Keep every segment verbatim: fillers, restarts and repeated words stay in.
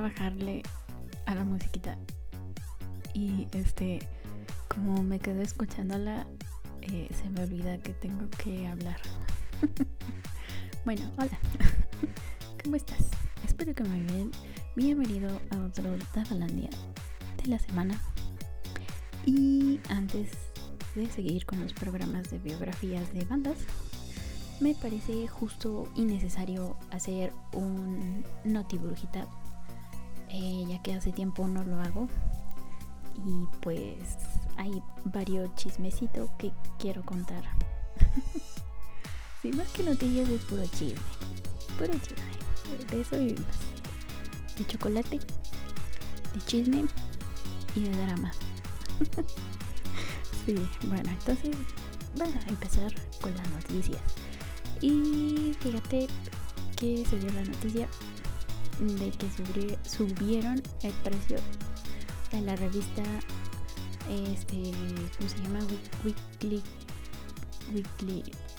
bajarle a la musiquita. Y este, como me quedé escuchándola, eh, se me olvida que tengo que hablar. Bueno, hola. ¿Cómo estás? Espero que muy bien. Bienvenido a otro Tafalandia de la semana. Y antes de seguir con los programas de biografías de bandas, me parece justo y necesario hacer un notibrujita, eh, ya que hace tiempo no lo hago. Y pues hay varios chismecitos que quiero contar. Sí, más que noticias es puro chisme. Puro chisme. De eso vivimos. De chocolate, de chisme y de drama. Sí, bueno, entonces vamos a empezar con las noticias. Y fíjate que se dio la noticia de que subri- subieron el precio de la revista, este, ¿cómo se llama? Weekly, Weekly,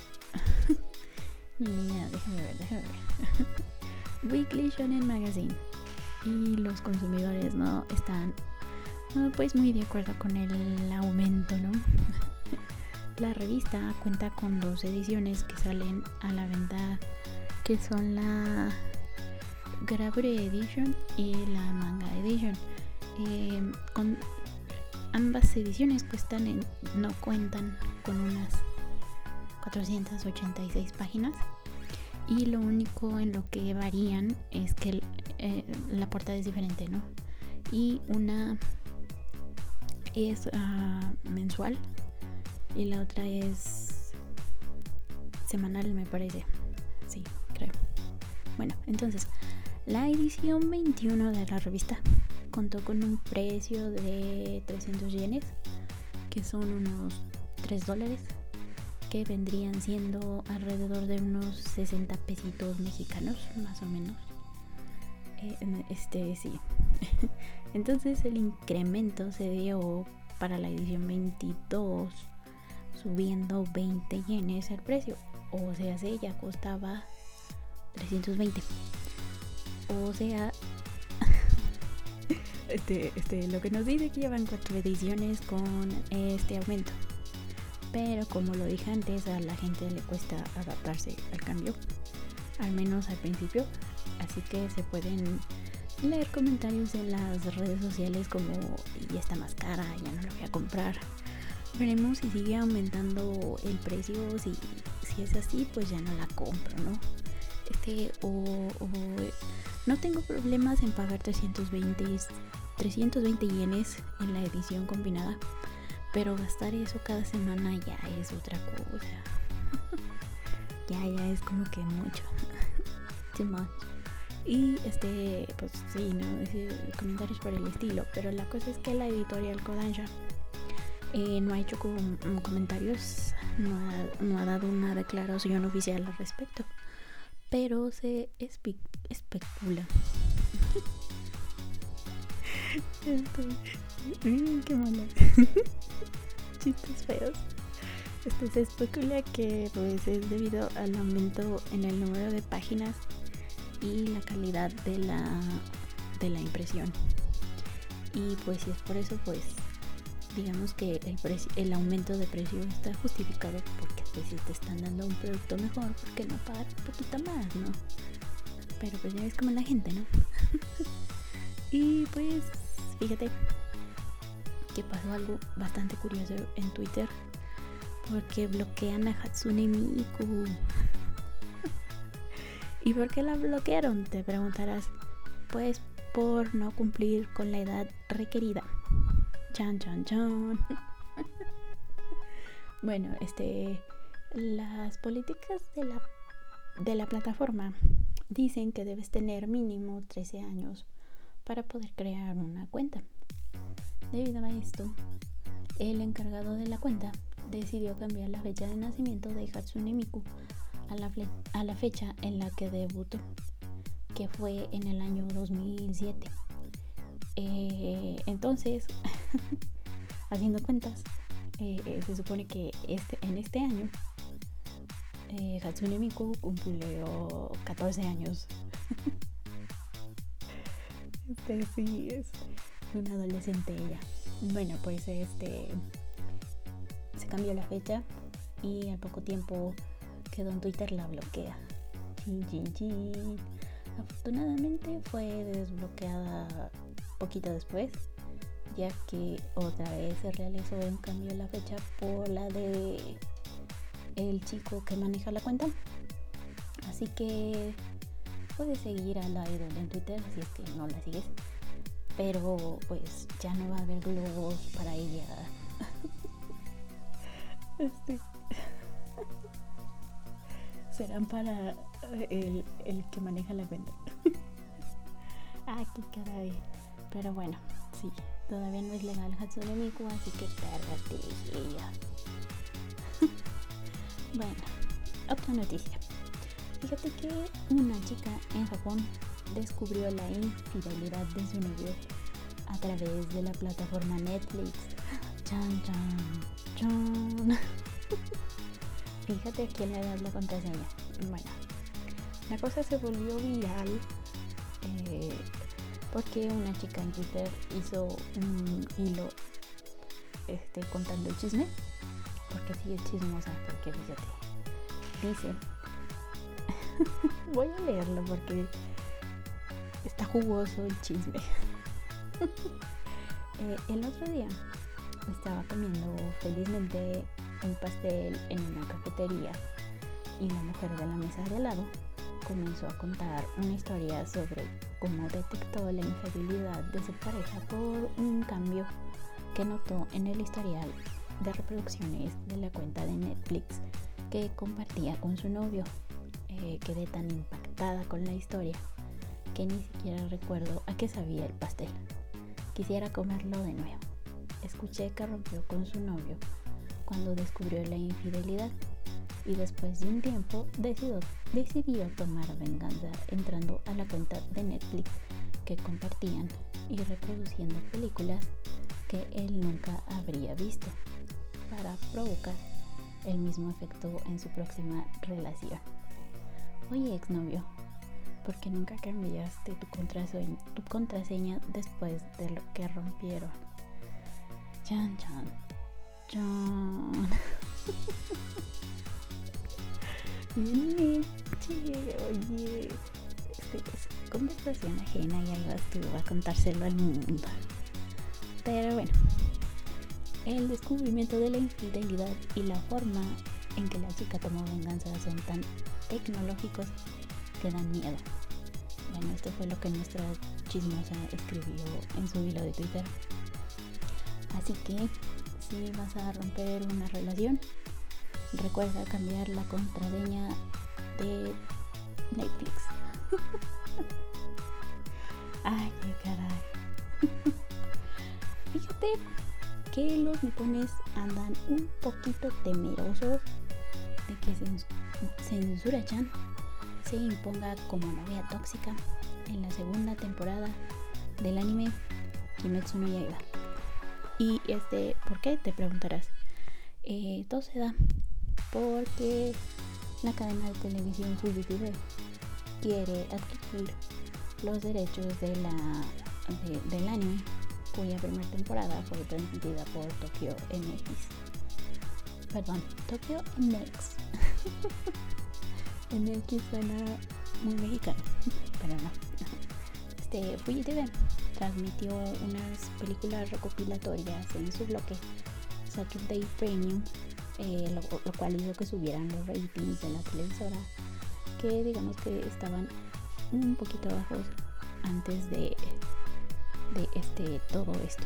niña, déjame ver, déjame ver. Weekly Shonen Magazine. Y los consumidores no están, no, pues muy de acuerdo con el aumento, ¿no? La revista cuenta con dos ediciones que salen a la venta, que son la Grabure Edition y la Manga Edition. Eh, con ambas ediciones cuestan en, no cuentan con unas cuatrocientas ochenta y seis páginas, y lo único en lo que varían es que eh, la portada es diferente, ¿no? Y una es uh, mensual y la otra es semanal, me parece. Sí, creo. Bueno, entonces la edición veintiuno de la revista contó con un precio de trescientos yenes, que son unos tres dólares, que vendrían siendo alrededor de unos sesenta pesitos mexicanos, más o menos. Eh, este, sí. Entonces el incremento se dio para la edición veintidós, subiendo veinte yenes el precio. O sea, se ya costaba trescientos veinte. O sea, este, este, lo que nos dice que llevan cuatro ediciones con este aumento. Pero como lo dije antes, a la gente le cuesta adaptarse al cambio, al menos al principio. Así que se pueden leer comentarios en las redes sociales como ya está más cara, ya no la voy a comprar. Veremos si sigue aumentando el precio. Si, si es así, pues ya no la compro, ¿no? Este, o, o no tengo problemas en pagar trescientos veinte yenes en la edición combinada, pero gastar eso cada semana ya es otra cosa. ya, ya es como que mucho. Too much. Y este, pues sí, ¿no? Ese, comentarios por el estilo. Pero la cosa es que la editorial Kodansha eh, no ha hecho com- comentarios, no ha, no ha dado una declaración oficial al respecto. Pero se espe- especula. Este, qué mala. Chistes feos. Este, se especula que pues es debido al aumento en el número de páginas y la calidad de la de la impresión. Y pues si es por eso, pues digamos que el precio, el aumento de precio está justificado, porque pues, si te están dando un producto mejor, ¿por qué no pagar un poquito más, no? Pero pues ya ves como la gente, ¿no? Y pues fíjate que pasó algo bastante curioso en Twitter, porque bloquean a Hatsune Miku. ¿Y por qué la bloquearon? Te preguntarás. Pues por no cumplir con la edad requerida. Chan, chan, chan. Bueno, este, las políticas de la, de la plataforma dicen que debes tener mínimo trece años para poder crear una cuenta. Debido a esto, el encargado de la cuenta decidió cambiar la fecha de nacimiento de Hatsune Miku a la, fle- a la fecha en la que debutó, que fue en el año dos mil siete. Eh, entonces, haciendo cuentas, eh, eh, se supone que este, en este año eh, Hatsune Miku cumplió catorce años. Este sí es una adolescente ella. Bueno, pues este se cambió la fecha y al poco tiempo quedó en Twitter la bloquea. Chin, chin, chin. Afortunadamente fue desbloqueada poquito después, ya que otra vez se realizó un cambio en la fecha por la de el chico que maneja la cuenta. Así que puedes seguir a la idol en Twitter si es que no la sigues, pero pues ya no va a haber globos para ella. Este serán para el, el que maneja la cuenta. Ah, qué caray. Pero bueno, sí, todavía no es legal Hatsune Miku, así que pérgate ella. Bueno, otra noticia. Fíjate que una chica en Japón descubrió la infidelidad de su novio a través de la plataforma Netflix. Chan, chan, chan. Fíjate a quién le das la contraseña. Bueno, la cosa se volvió viral eh, porque una chica en Twitter hizo un hilo este, contando el chisme. Porque sí es chismosa, porque fíjate, dice, voy a leerlo porque está jugoso el chisme. eh, el otro día estaba comiendo felizmente un pastel en una cafetería y la mujer de la mesa de al lado comenzó a contar una historia sobre cómo detectó la infidelidad de su pareja por un cambio que notó en el historial de reproducciones de la cuenta de Netflix que compartía con su novio. Eh, quedé tan impactada con la historia que ni siquiera recuerdo a qué sabía el pastel. Quisiera comerlo de nuevo. Escuché que rompió con su novio cuando descubrió la infidelidad y después de un tiempo decidió, decidió tomar venganza entrando a la cuenta de Netflix que compartían y reproduciendo películas que él nunca habría visto para provocar el mismo efecto en su próxima relación. Oye, exnovio, ¿por qué nunca cambiaste tu contraseña, tu contraseña después de lo que rompieron? Chan, chan, chan. Oye, este, es conversación ajena y algo tú vas a contárselo al mundo. Pero bueno, el descubrimiento de la infidelidad y la forma en que la chica tomó venganza son tan tecnológicos que dan miedo. Bueno, esto fue lo que nuestra chismosa escribió en su hilo de Twitter. Así que si vas a romper una relación, recuerda cambiar la contraseña de Netflix. Ay, qué caray. Fíjate que los nipones andan un poquito temerosos de que Censura-chan se imponga como novia tóxica en la segunda temporada del anime Kimetsu no Yaiba. Y este, ¿por qué? Te preguntarás. Eh, todo se da porque la cadena de televisión Fuji T V quiere adquirir los derechos de la de, del anime, cuya primera temporada fue transmitida por Tokyo M X. Perdón, Tokyo M X. M X suena muy mexicano, pero no. Este, Fuji T V transmitió unas películas recopilatorias en su bloque Saturday Premium, eh, lo, lo cual hizo que subieran los ratings de la televisora, que digamos que estaban un poquito bajos antes de, de este todo esto.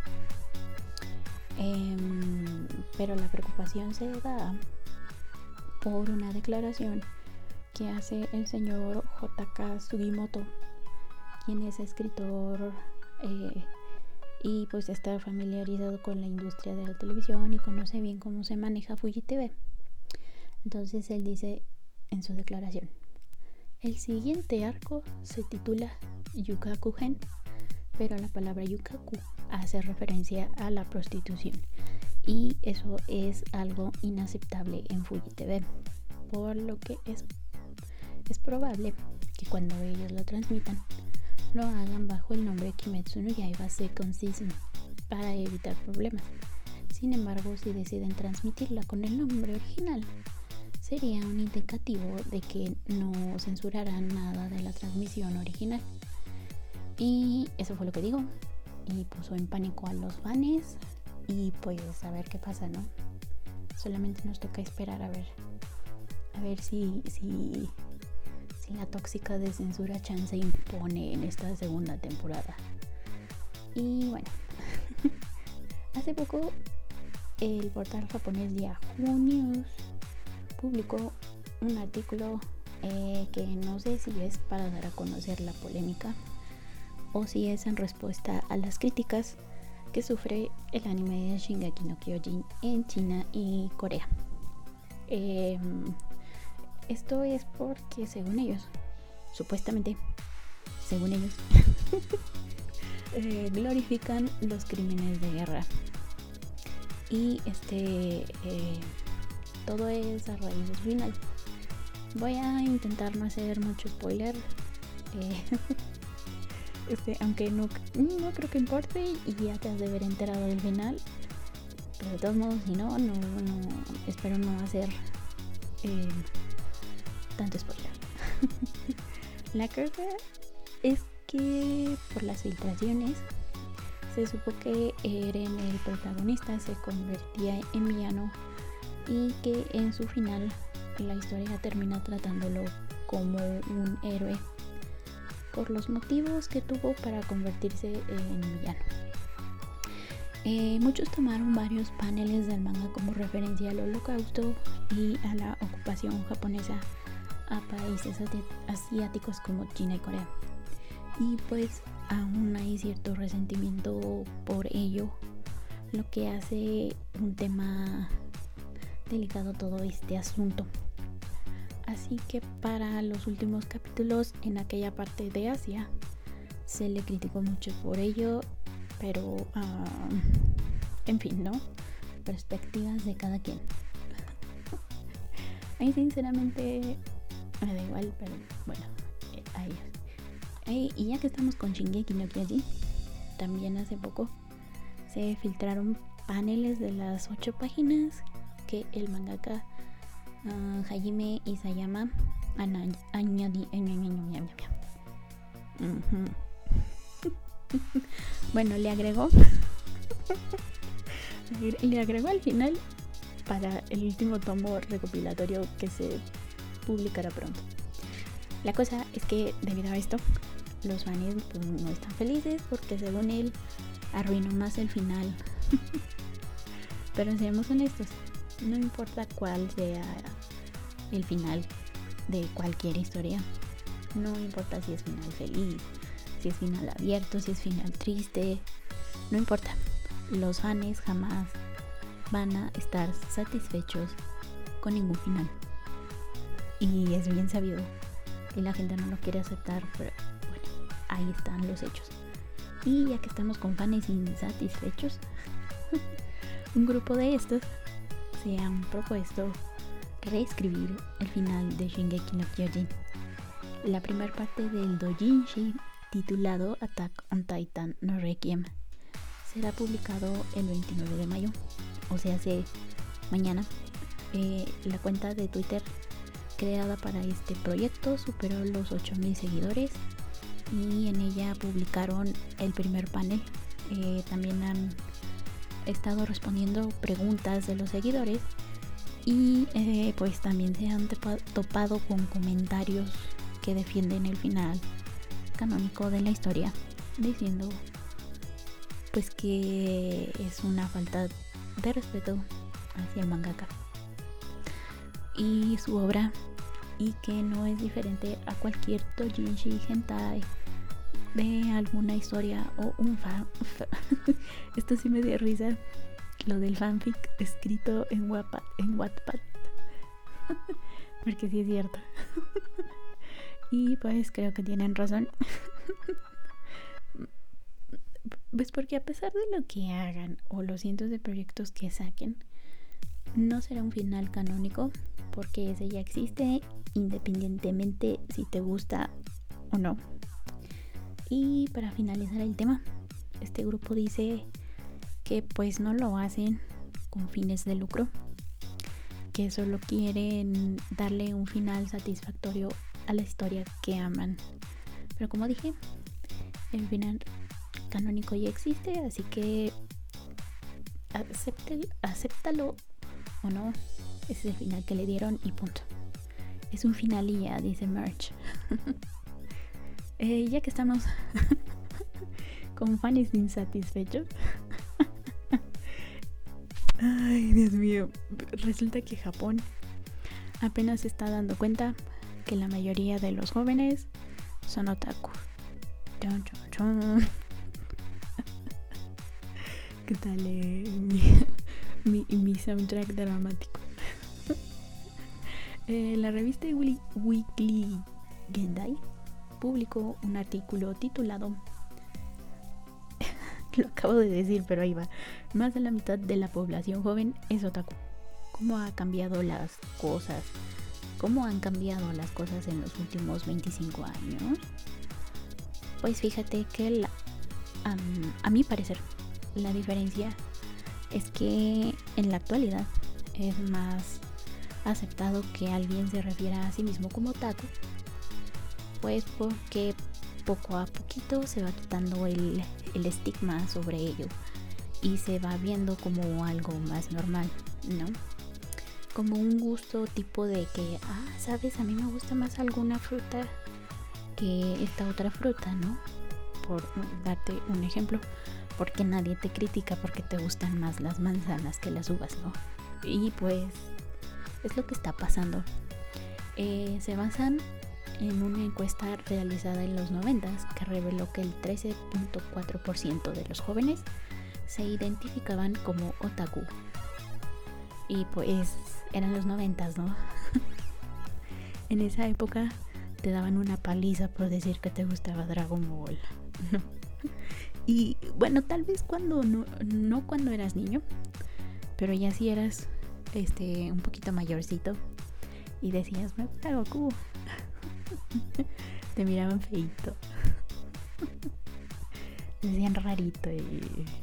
Eh, pero la preocupación se da por una declaración que hace el señor J K Sugimoto, quien es escritor eh, y pues está familiarizado con la industria de la televisión y conoce bien cómo se maneja Fuji T V. Entonces él dice en su declaración: el siguiente arco se titula Yukaku-gen, pero la palabra yukaku hace referencia a la prostitución y eso es algo inaceptable en Fuji T V, por lo que es, es probable que cuando ellos lo transmitan lo hagan bajo el nombre Kimetsu no Yaiba Second Season para evitar problemas. Sin embargo, si deciden transmitirla con el nombre original, sería un indicativo de que no censurarán nada de la transmisión original. Y eso fue lo que digo, y puso en pánico a los fans, y pues a ver qué pasa, ¿no? Solamente nos toca esperar a ver a ver si si, si la tóxica de censura Chan se impone en esta segunda temporada. Y bueno, hace poco el portal japonés Yahoo News publicó un artículo eh, que no sé si es para dar a conocer la polémica o si es en respuesta a las críticas que sufre el anime de Shingeki no Kyojin en China y Corea. Eh, esto es porque según ellos, supuestamente, según ellos, eh, glorifican los crímenes de guerra. Y este eh, todo es a raíz del final. Voy a intentar no hacer mucho spoiler. Eh, este, aunque no, no creo que importe y ya te has de haber enterado del final. Pero de todos modos, si no, no, no espero no hacer eh, tanto spoiler. La cosa es que por las filtraciones se supo que Eren, el protagonista, se convertía en villano y que en su final la historia termina tratándolo como un héroe por los motivos que tuvo para convertirse en villano. Eh, muchos tomaron varios paneles del manga como referencia al Holocausto y a la ocupación japonesa a países asiáticos como China y Corea. Y pues aún hay cierto resentimiento por ello, lo que hace un tema delicado todo este asunto. Así que para los últimos capítulos en aquella parte de Asia se le criticó mucho por ello, pero uh, en fin, ¿no? Perspectivas de cada quien. Ahí sinceramente me da igual, pero bueno, eh, ahí. ahí. Y ya que estamos con Shingeki no Kyojin, también hace poco se filtraron paneles de las ocho páginas que el mangaka uh, Hajime Isayama añadí. Bueno, le agregó le agregó al final para el último tomo recopilatorio que se publicará pronto. La cosa es que debido a esto los fans pues, no están felices porque según él arruinó más el final. Pero seamos honestos, no importa cuál sea el final de cualquier historia, no importa si es final feliz, si es final abierto, si es final triste, no importa, los fans jamás van a estar satisfechos con ningún final. Y es bien sabido y la gente no lo quiere aceptar, pero bueno, ahí están los hechos. Y ya que estamos con fans insatisfechos, un grupo de estos se han propuesto reescribir el final de Shingeki no Kyojin. La primera parte del doujinshi titulado Attack on Titan no Requiem será publicado el veintinueve de mayo, o sea, hace mañana. Eh, la cuenta de Twitter creada para este proyecto superó los ocho mil seguidores y en ella publicaron el primer panel. Eh, también han estado respondiendo preguntas de los seguidores y eh, pues también se han tepa- topado con comentarios que defienden el final canónico de la historia, diciendo pues que es una falta de respeto hacia el mangaka y su obra, y que no es diferente a cualquier doujinshi hentai de alguna historia o un fan. Esto sí me dio risa, lo del fanfic escrito en Wattpad, en Wattpad. Porque sí es cierto. Y pues creo que tienen razón. Pues porque a pesar de lo que hagan o los cientos de proyectos que saquen, no será un final canónico, porque ese ya existe independientemente si te gusta o no. Y para finalizar el tema, este grupo dice que pues no lo hacen con fines de lucro, que solo quieren darle un final satisfactorio a la historia que aman. Pero como dije, el final canónico ya existe, así que acepte, acéptalo o no. Ese es el final que le dieron y punto. Es un final y ya, dice Merch. eh, ya que estamos con fans insatisfechos. Ay, Dios mío. Resulta que Japón apenas se está dando cuenta que la mayoría de los jóvenes son otaku. Chon, chon, chon. ¿Qué tal eh? mi, mi, mi soundtrack dramático? eh, la revista Weekly Gendai publicó un artículo titulado lo acabo de decir, pero ahí va. Más de la mitad de la población joven es otaku. ¿Cómo ha cambiado las cosas? ¿Cómo han cambiado las cosas en los últimos veinticinco años? Pues fíjate que la, um, a mi parecer la diferencia es que en la actualidad es más aceptado que alguien se refiera a sí mismo como otaku, pues porque poco a poquito se va quitando el, el estigma sobre ello y se va viendo como algo más normal, ¿no? Como un gusto tipo de que, ah, sabes, a mí me gusta más alguna fruta que esta otra fruta, ¿no? Por darte un ejemplo, porque nadie te critica porque te gustan más las manzanas que las uvas, ¿no? Y pues es lo que está pasando. Eh, se basan en una encuesta realizada en los noventas que reveló que el trece punto cuatro por ciento de los jóvenes se identificaban como otaku. Y pues eran los noventas, ¿no? En esa época te daban una paliza por decir que te gustaba Dragon Ball, ¿no? Y bueno, tal vez cuando no, no cuando eras niño, pero ya si eras este un poquito mayorcito y decías, me gusta Goku. Te miraban feito. Te decían rarito y...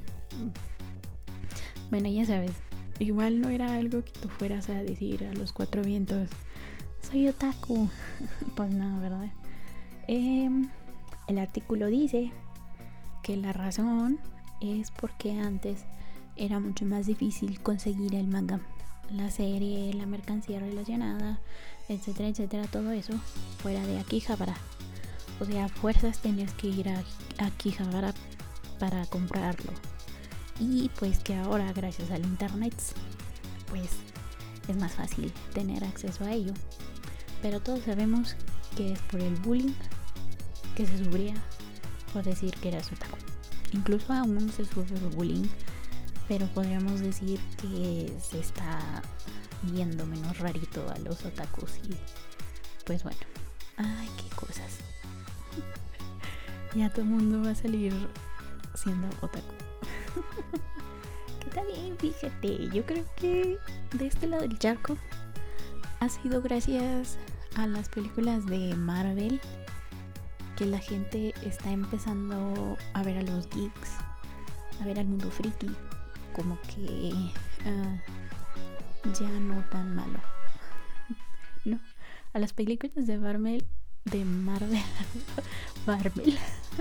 Bueno, ya sabes, igual no era algo que tú fueras a decir a los cuatro vientos, soy otaku. Pues no, ¿verdad? Eh, el artículo dice que la razón es porque antes era mucho más difícil conseguir el manga, la serie, la mercancía relacionada, etcétera, etcétera, todo eso fuera de Akihabara. O sea, a fuerzas tenías que ir a, a Akihabara para comprarlo. Y pues que ahora, gracias al internet, pues es más fácil tener acceso a ello. Pero todos sabemos que es por el bullying que se sufría por decir que eras otaku. Incluso aún se sufre el bullying, pero podríamos decir que se está viendo menos rarito a los otakus y pues bueno, ay, qué cosas. Ya todo el mundo va a salir siendo otaku. Que está bien, fíjate, yo creo que de este lado del charco ha sido gracias a las películas de Marvel que la gente está empezando a ver a los geeks, a ver al mundo friki como que uh, ya no tan malo. No, a las películas de Marvel, de Marvel, Marvel,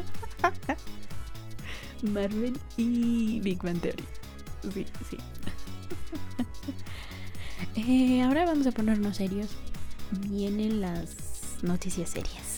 Marvel y Big Bang Theory. Sí, sí. eh, ahora vamos a ponernos serios. Vienen las noticias serias.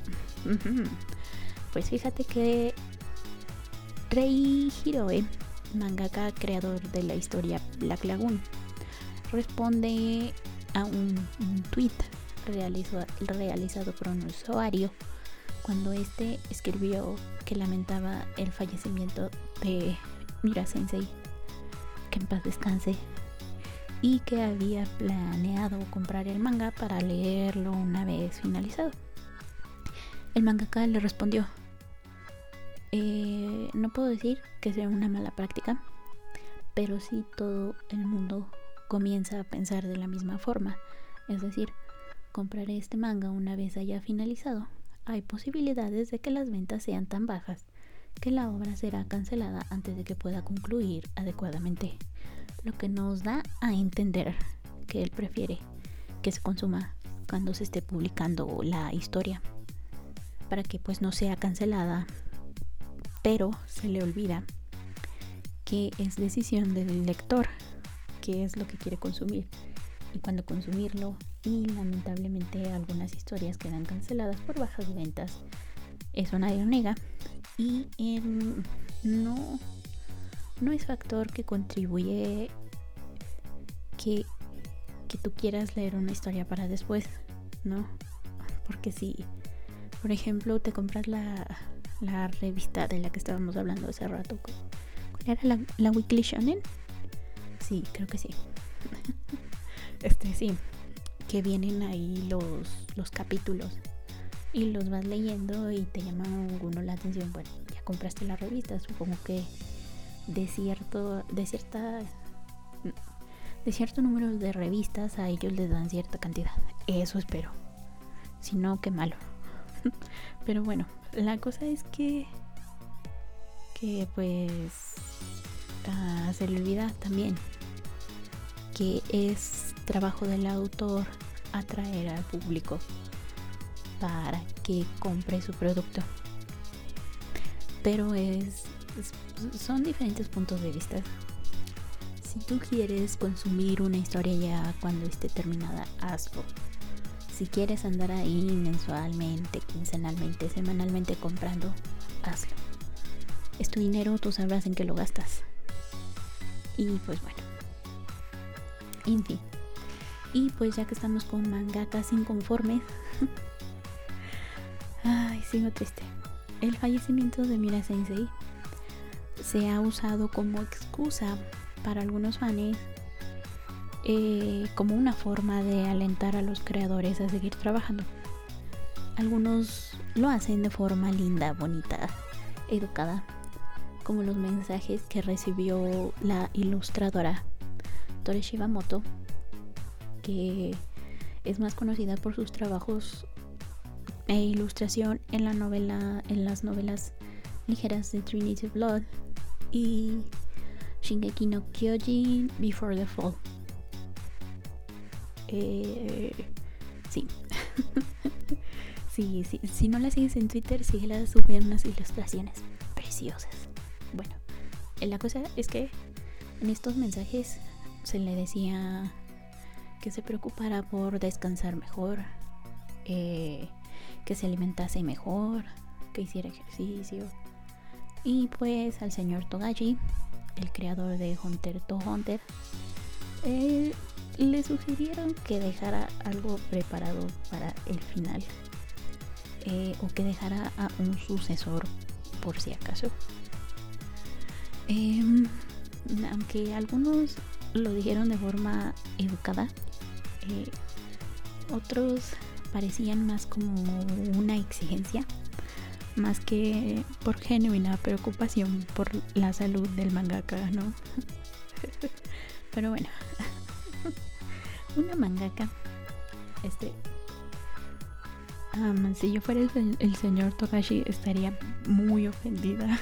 Pues fíjate que Rei Hiroe, mangaka creador de la historia Black Lagoon, responde a un, un tweet realizado, realizado por un usuario cuando este escribió que lamentaba el fallecimiento de Miura Sensei, que en paz descanse, y que había planeado comprar el manga para leerlo una vez finalizado. El mangaka le respondió: eh, no puedo decir que sea una mala práctica, pero sí todo el mundo comienza a pensar de la misma forma, es decir, compraré este manga una vez haya finalizado, hay posibilidades de que las ventas sean tan bajas que la obra será cancelada antes de que pueda concluir adecuadamente, lo que nos da a entender que él prefiere que se consuma cuando se esté publicando la historia, para que pues no sea cancelada, pero se le olvida que es decisión del lector qué es lo que quiere consumir y cuándo consumirlo, y lamentablemente algunas historias quedan canceladas por bajas ventas, eso nadie lo niega, y eh, no, no es factor que contribuye que, que tú quieras leer una historia para después, ¿no? Porque si, por ejemplo, te compras la, la revista de la que estábamos hablando hace rato, ¿cuál era? La, la Weekly Shonen. Sí, creo que sí. Este, sí, que vienen ahí los, los capítulos y los vas leyendo y te llama alguno la atención. Bueno, ya compraste la revista, supongo que de cierto, de cierta, de cierto número de revistas a ellos les dan cierta cantidad. Eso espero. Si no, qué malo. Pero bueno, la cosa es que, que pues uh, se le olvida también que es trabajo del autor atraer al público para que compre su producto. Pero es, es son diferentes puntos de vista. Si tú quieres consumir una historia ya cuando esté terminada, hazlo. Si quieres andar ahí mensualmente, quincenalmente, semanalmente comprando, hazlo. Es tu dinero, tú sabrás en qué lo gastas. Y pues bueno, en fin. Y pues ya que estamos con mangakas inconformes, ay, sigo triste. El fallecimiento de Miura Sensei se ha usado como excusa para algunos fans, eh, como una forma de alentar a los creadores a seguir trabajando. Algunos lo hacen de forma linda, bonita, educada, como los mensajes que recibió la ilustradora Tore Shibamoto, que es más conocida por sus trabajos e ilustración en la novela, en las novelas ligeras de Trinity Blood y Shingeki no Kyojin Before the Fall. Eh, sí. sí, sí. Si no la sigues en Twitter, síguela, suben unas ilustraciones preciosas. Bueno, la cosa es que en estos mensajes se le decía que se preocupara por descansar mejor, eh, que se alimentase mejor, que hiciera ejercicio. Y pues al señor Togashi, el creador de Hunter x Hunter, eh, le sugirieron que dejara algo preparado para el final, eh, o que dejara a un sucesor por si acaso. Eh, aunque algunos lo dijeron de forma educada, eh, otros parecían más como una exigencia, más que por genuina preocupación por la salud del mangaka, ¿no? Pero bueno, una mangaka, este, um, si yo fuera el, el señor Togashi, estaría muy ofendida.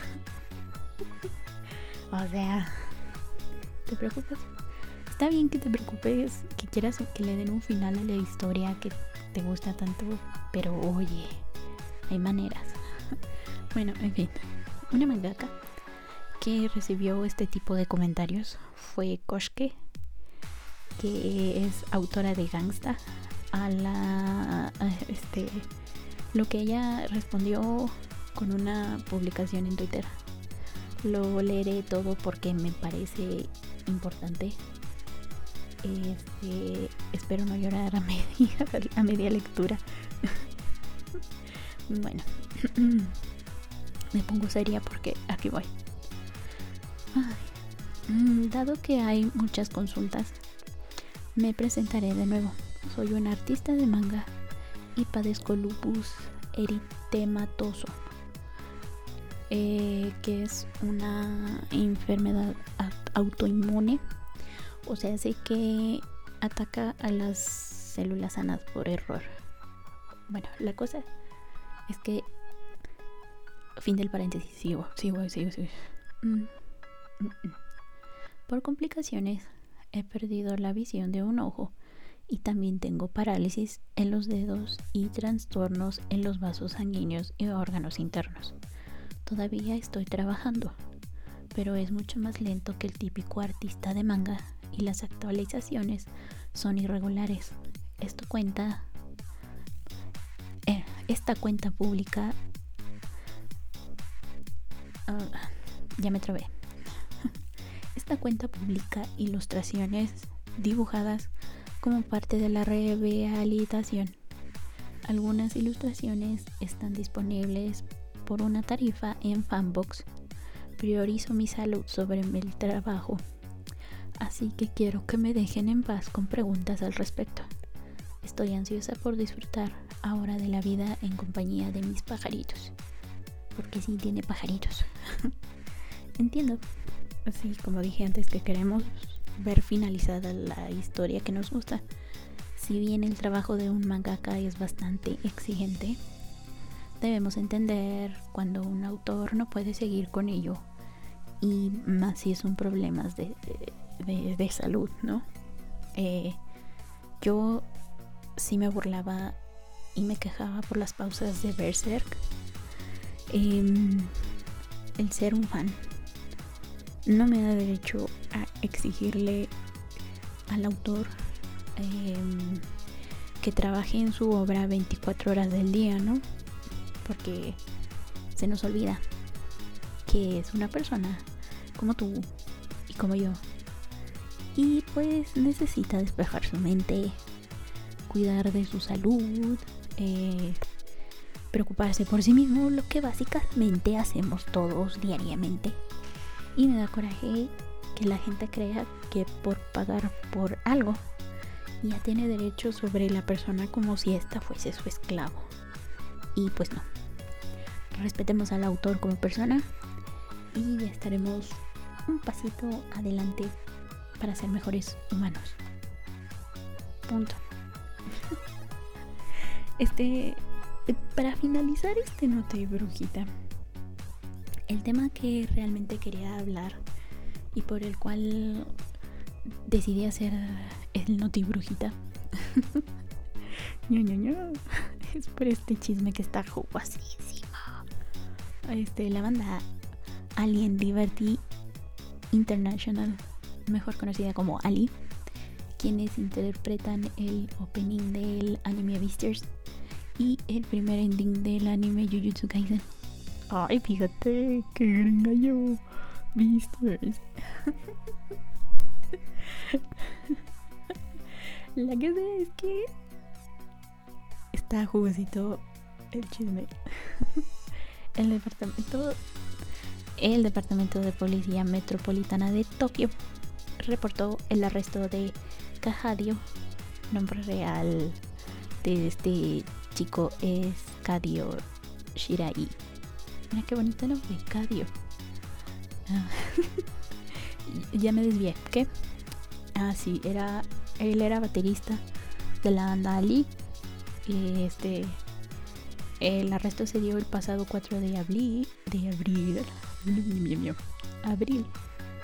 O sea, ¿te preocupas? Está bien que te preocupes, que quieras que le den un final a la historia que te gusta tanto, pero oye, hay maneras. Bueno, en fin, una mangaka que recibió este tipo de comentarios fue Koshke, que es autora de Gangsta. A la a este lo que ella respondió con una publicación en Twitter. Lo leeré todo porque me parece importante. Este, espero no llorar a media, a media lectura. Bueno, me pongo seria porque aquí voy. Ay, dado que hay muchas consultas, me presentaré de nuevo. Soy un artista de manga y padezco lupus eritematoso, eh, que es una enfermedad autoinmune. O sea, sé que ataca a las células sanas por error. Bueno, la cosa Es que, fin del paréntesis, sigo, sigo, sigo, sigo. Mm, mm, mm. Por complicaciones he perdido la visión de un ojo y también tengo parálisis en los dedos y trastornos en los vasos sanguíneos y órganos internos. Todavía estoy trabajando, pero es mucho más lento que el típico artista de manga y las actualizaciones son irregulares. Esto cuenta, eh, esta cuenta pública, uh, ya me trabé. Esta cuenta publica ilustraciones dibujadas como parte de la rehabilitación. Algunas ilustraciones están disponibles por una tarifa en Fanbox. Priorizo mi salud sobre el trabajo, así que quiero que me dejen en paz con preguntas al respecto. Estoy ansiosa por disfrutar ahora de la vida en compañía de mis pajaritos, porque sí tiene pajaritos. Entiendo, así como dije antes, que queremos ver finalizada la historia que nos gusta. Si bien el trabajo de un mangaka es bastante exigente, debemos entender cuando un autor no puede seguir con ello, y más si es un problema de, de, de salud, ¿no? Eh, yo sí me burlaba y me quejaba por las pausas de Berserk. Eh, el ser un fan no me da derecho a exigirle al autor eh, que trabaje en su obra veinticuatro horas del día, ¿no? Porque se nos olvida que es una persona como tú y como yo, y pues necesita despejar su mente, cuidar de su salud, eh, preocuparse por sí mismo, lo que básicamente hacemos todos diariamente. Y me da coraje que la gente crea que por pagar por algo ya tiene derecho sobre la persona como si ésta fuese su esclavo. Y pues no. Respetemos al autor como persona y ya estaremos un pasito adelante para ser mejores humanos. Punto. Este, para finalizar este Noti de Brujita, el tema que realmente quería hablar y por el cual decidí hacer el Noti Brujita ño, ño, ño, es por este chisme que está jugosísimo. Este, la banda Alien Liberty International, mejor conocida como Ali, quienes interpretan el opening del anime Beastars y el primer ending del anime Jujutsu Kaisen. Ay, fíjate que gringa yo, Beastars. La que sé es que está jugosito el chisme. El departamento El departamento de policía metropolitana de Tokio reportó el arresto de Kahadio. Nombre real de este chico es Kadio Shirai. Mira qué bonito nombre, Kadio. Ah. Ya me desvié. ¿Qué? Ah, sí, era él era baterista de la banda Ali. Y este el arresto se dio el pasado cuatro de abril de abril abril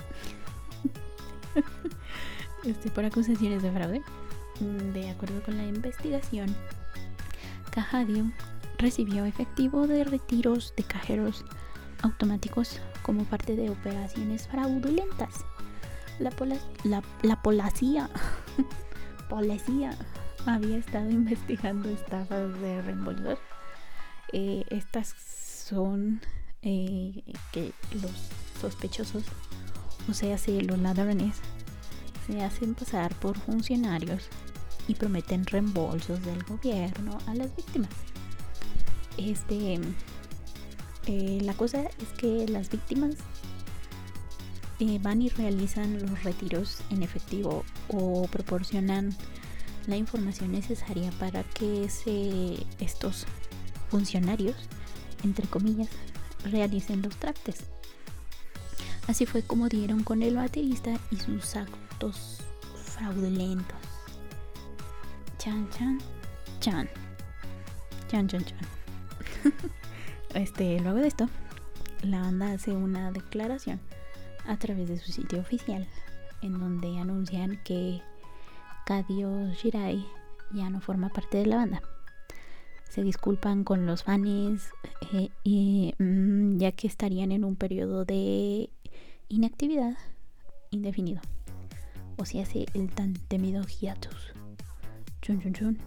este por acusaciones de fraude. De acuerdo con la investigación, Kahadio recibió efectivo de retiros de cajeros automáticos como parte de operaciones fraudulentas. La pola, la, la policía policía había estado investigando estafas de reembolsos. Eh, estas son eh, que los sospechosos, o sea, si los ladrones, se hacen pasar por funcionarios y prometen reembolsos del gobierno a las víctimas. Este, eh, la cosa es que las víctimas eh, van y realizan los retiros en efectivo o proporcionan la información necesaria para que se, estos funcionarios, entre comillas, realicen los trámites. Así fue como dieron con el baterista y sus actos fraudulentos. Chan, chan, chan. Chan, chan, chan. este, luego de esto, la banda hace una declaración a través de su sitio oficial en donde anuncian que Kadio Shirai ya no forma parte de la banda. Se disculpan con los fans eh, y, mmm, ya que estarían en un periodo de inactividad indefinido, o sea, hace el tan temido hiatus. Chun chun chun.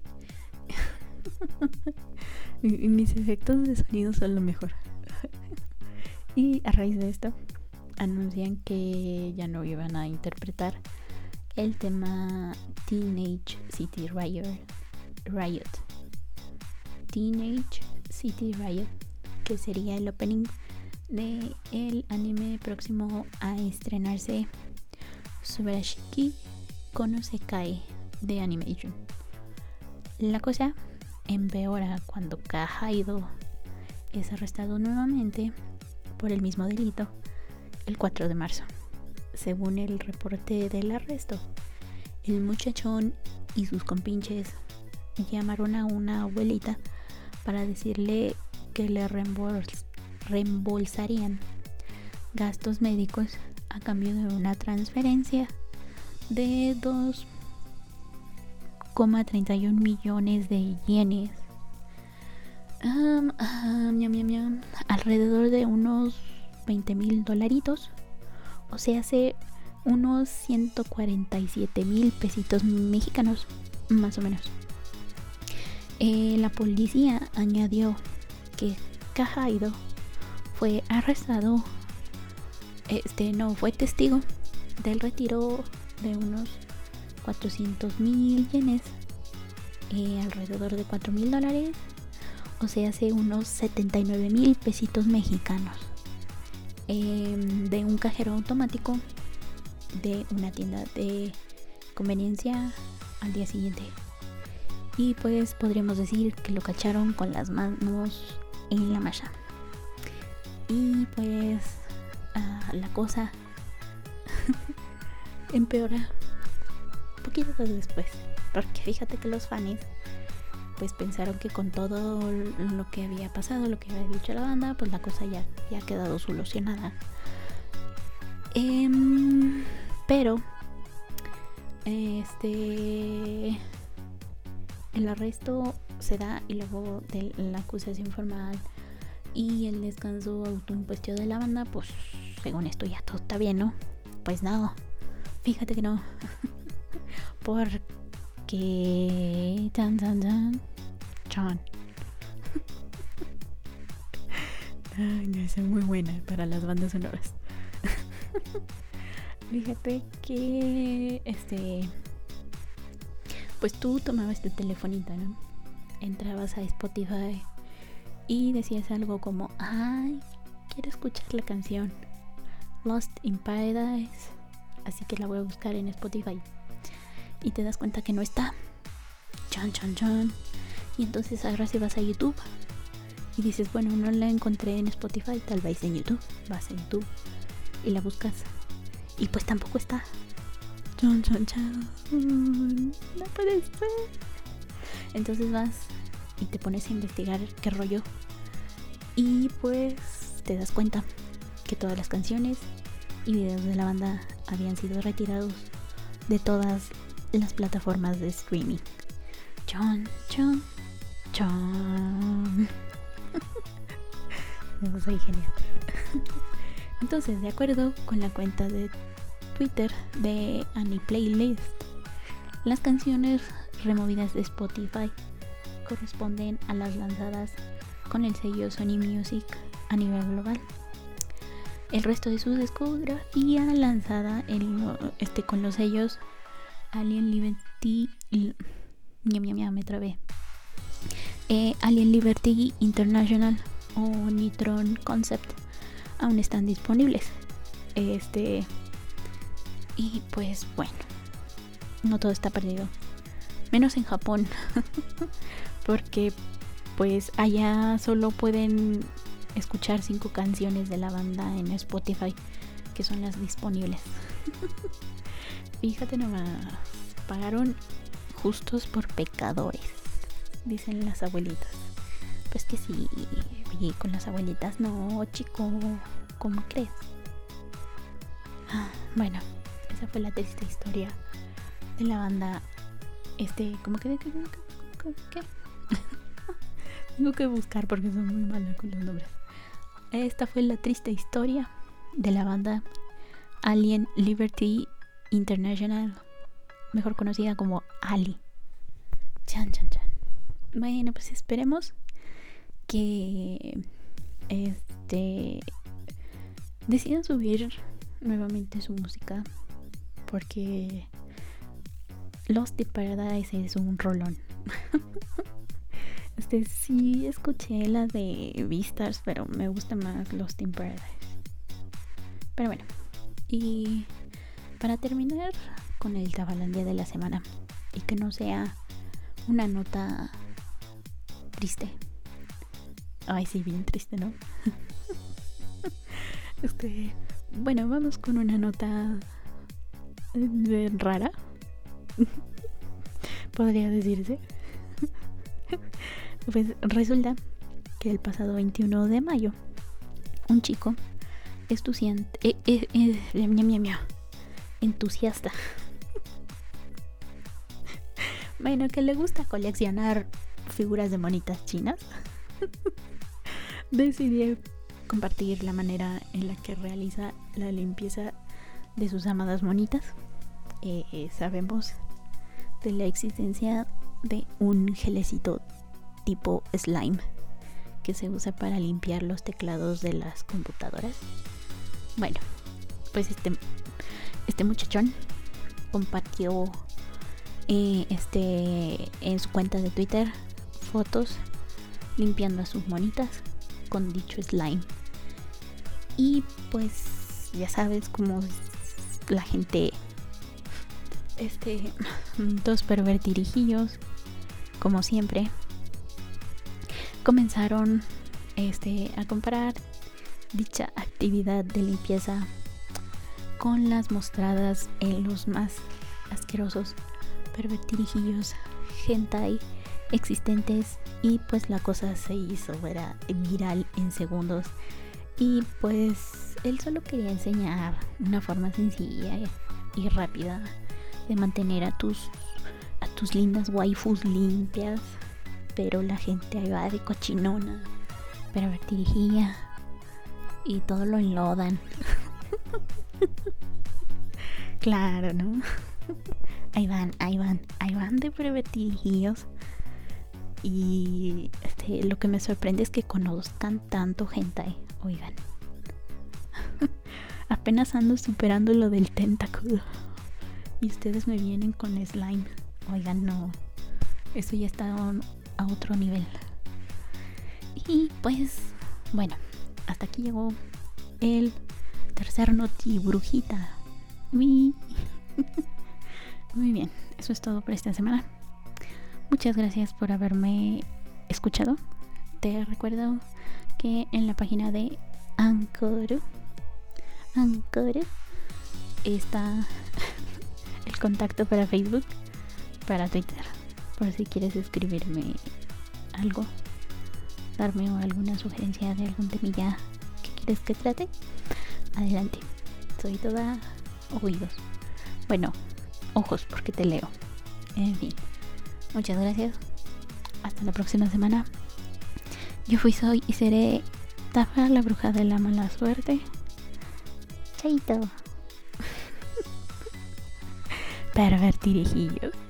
Mis efectos de sonido son lo mejor. Y a raíz de esto anuncian que ya no iban a interpretar el tema Teenage City Riot Riot Teenage City Riot, que sería el opening de el anime próximo a estrenarse, Subarashiki Kono Sekai de Animation. La cosa empeora cuando Kahaido es arrestado nuevamente por el mismo delito el cuatro de marzo. Según el reporte del arresto, el muchachón y sus compinches llamaron a una abuelita para decirle que le reembol- reembolsarían gastos médicos a cambio de una transferencia de dos coma treinta y un millones de yenes, um, um, miam, miam, miam, alrededor de unos veinte mil dolaritos, o sea, hace unos ciento cuarenta y siete mil pesitos mexicanos, más o menos. Eh, la policía añadió que Kahaido fue arrestado, este no fue testigo del retiro de unos cuatrocientos mil yenes, eh, alrededor de cuatro mil dólares, o sea, hace unos setenta y nueve mil pesitos mexicanos, eh, de un cajero automático de una tienda de conveniencia al día siguiente. Y pues podríamos decir que lo cacharon con las manos en la masa. Y pues uh, la cosa empeora poquito después, porque fíjate que los fans pues pensaron que con todo lo que había pasado, lo que había dicho la banda, pues la cosa ya, ya ha quedado solucionada. Eh, pero este el arresto se da y luego de la acusación formal y el descanso autoimpuesto de la banda, pues según esto ya todo está bien, ¿no? Pues nada, fíjate que no. Porque tan tan tan chan. Ay, no, es muy buena para las bandas sonoras. Fíjate que este pues tú tomabas tu telefonito, ¿no? Entrabas a Spotify y decías algo como, ay, quiero escuchar la canción Lost in Paradise, así que la voy a buscar en Spotify. Y te das cuenta que no está. Chan, chan, chan. Y entonces agarras y vas a YouTube y dices, bueno, no la encontré en Spotify, tal vez en YouTube. Vas a YouTube y la buscas y pues tampoco está. Chan, chan, chan. No puede ser. Entonces vas y te pones a investigar qué rollo. Y pues te das cuenta que todas las canciones y videos de la banda habían sido retirados de todas las plataformas de streaming. Chon, chon, chon. No, soy genial. Entonces, de acuerdo con la cuenta de Twitter de Annie Playlist, las canciones removidas de Spotify corresponden a las lanzadas con el sello Sony Music a nivel global. El resto de su discografía lanzada en lo, este, con los sellos Alien Liberty, miam, miam, miam, me trabé. Eh, Alien Liberty International o Nitron Concept aún están disponibles. Este y pues bueno, no todo está perdido, menos en Japón, porque pues allá solo pueden escuchar cinco canciones de la banda en Spotify, que son las disponibles. Fíjate nomás, pagaron justos por pecadores, dicen las abuelitas. pues que sí, oye, con las abuelitas no, chico, ¿cómo crees? Ah, bueno, esa fue la triste historia de la banda. Este, ¿cómo que? ¿Qué? ¿Qué? Tengo que buscar porque soy muy mala con los nombres. Esta fue la triste historia de la banda Alien Liberty International, mejor conocida como Ali. Chan, chan, chan. Bueno, pues esperemos que este decidan subir nuevamente su música, porque Lost in Paradise es un rolón. Este sí escuché la de Beastars, pero me gusta más Lost in Paradise. Pero bueno, y para terminar con el Tabalandia de la semana, y que no sea una nota triste. Ay, sí, bien triste, ¿no? Este, bueno, vamos con una nota de rara. Podría decirse. Pues resulta que el pasado veintiuno de mayo un chico estudiante eh, eh, eh, eh, mia, mia, mia, entusiasta bueno, que le gusta coleccionar figuras de monitas chinas decidió compartir la manera en la que realiza la limpieza de sus amadas monitas. Eh, eh, sabemos de la existencia de un gelecito tipo slime que se usa para limpiar los teclados de las computadoras. Bueno, pues este este muchachón compartió eh, este en su cuenta de Twitter fotos limpiando a sus monitas con dicho slime. Y pues ya sabes cómo la gente, este dos pervertirijillos, como siempre, comenzaron este a comparar dicha actividad de limpieza con las mostradas en los más asquerosos pervertirijillos hentai existentes, y pues la cosa se hizo era viral en segundos. Y pues él solo quería enseñar una forma sencilla y rápida de mantener a tus a tus lindas waifus limpias, pero la gente ahí va de cochinona, pervertirijilla, y todo lo enlodan. Claro, ¿no? Ahí van, ahí van, ahí van de pervertirijillos. Y este, lo que me sorprende es que conozcan tanto hentai. Oigan, apenas ando superando lo del tentáculo y ustedes me vienen con slime. Oigan, no, eso ya está a otro nivel. Y pues, bueno, hasta aquí llegó el tercer noti brujita. Muy bien, eso es todo por esta semana. Muchas gracias por haberme escuchado. Te recuerdo que en la página de Anchor Anchor está el contacto para Facebook, para Twitter, por si quieres escribirme algo, darme alguna sugerencia de algún temilla que quieres que trate. Adelante, soy toda oídos. Bueno, ojos, porque te leo. En fin, muchas gracias. Hasta la próxima semana. Yo fui, soy y seré Tafa, la bruja de la mala suerte. Chaito. Pervertirijillos.